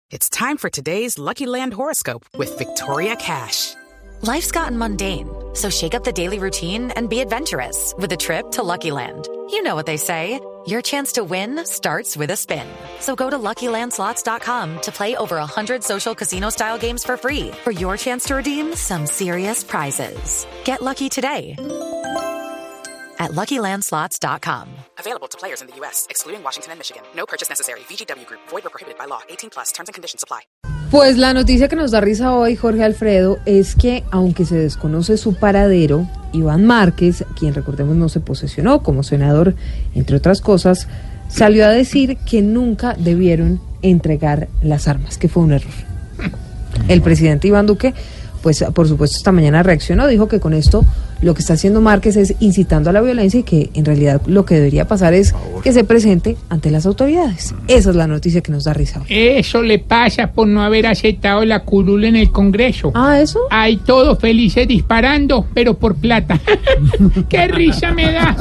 It's time for today's Lucky Land horoscope with Victoria Cash. Life's gotten mundane, so shake up the daily routine and be adventurous with a trip to Lucky Land. You know what they say, your chance to win starts with a spin. So go to LuckyLandSlots.com to play over 100 social casino-style games for free for your chance to redeem some serious prizes. Get lucky today at LuckyLandSlots.com. Available to players in the U.S., excluding Washington and Michigan. No purchase necessary. VGW Group. Void or prohibited by law. 18+. Terms and conditions apply. Pues la noticia que nos da risa hoy, Jorge Alfredo, es que aunque se desconoce su paradero, Iván Márquez, quien recordemos no se posesionó como senador, entre otras cosas, salió a decir que nunca debieron entregar las armas, que fue un error. El presidente Iván Duque, pues por supuesto esta mañana reaccionó, dijo que con esto lo que está haciendo Márquez es incitando a la violencia y que en realidad lo que debería pasar es que se presente ante las autoridades. Esa es la noticia que nos da risa hoy. Eso le pasa por no haber aceptado la curul en el Congreso. Ah, ¿eso? Hay todos felices disparando, pero por plata. ¡Qué risa me da!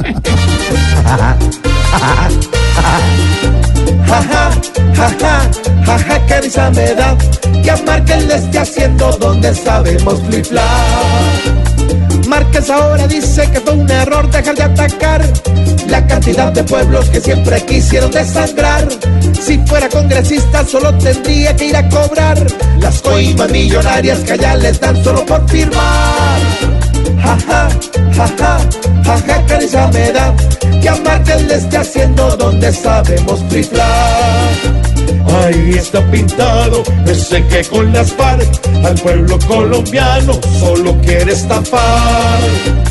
Jaja, qué risa me da que a Márquez le esté haciendo donde sabemos fliplar. Márquez ahora dice que fue un error dejar de atacar la cantidad de pueblos que siempre quisieron desangrar. Si fuera congresista solo tendría que ir a cobrar las coimas millonarias que allá les dan solo por firmar. Jaja, qué risa me da que a Márquez le esté haciendo donde sabemos fliplar. Ahí está pintado ese que con las FARC al pueblo colombiano solo quiere estafar.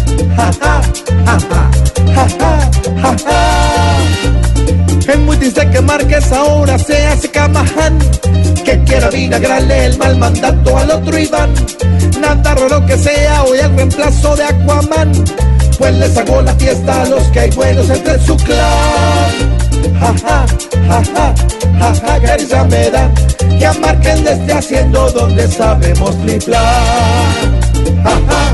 Es muy triste que Márquez ahora se hace camaján, que quiera vinagrarle el mal mandato al otro Iván. Nada raro que sea hoy el reemplazo de Aquaman, pues les hago la fiesta a los que hay buenos entre su clan. Qué risa me da que a Márquez le esté haciendo donde sabemos fliplar.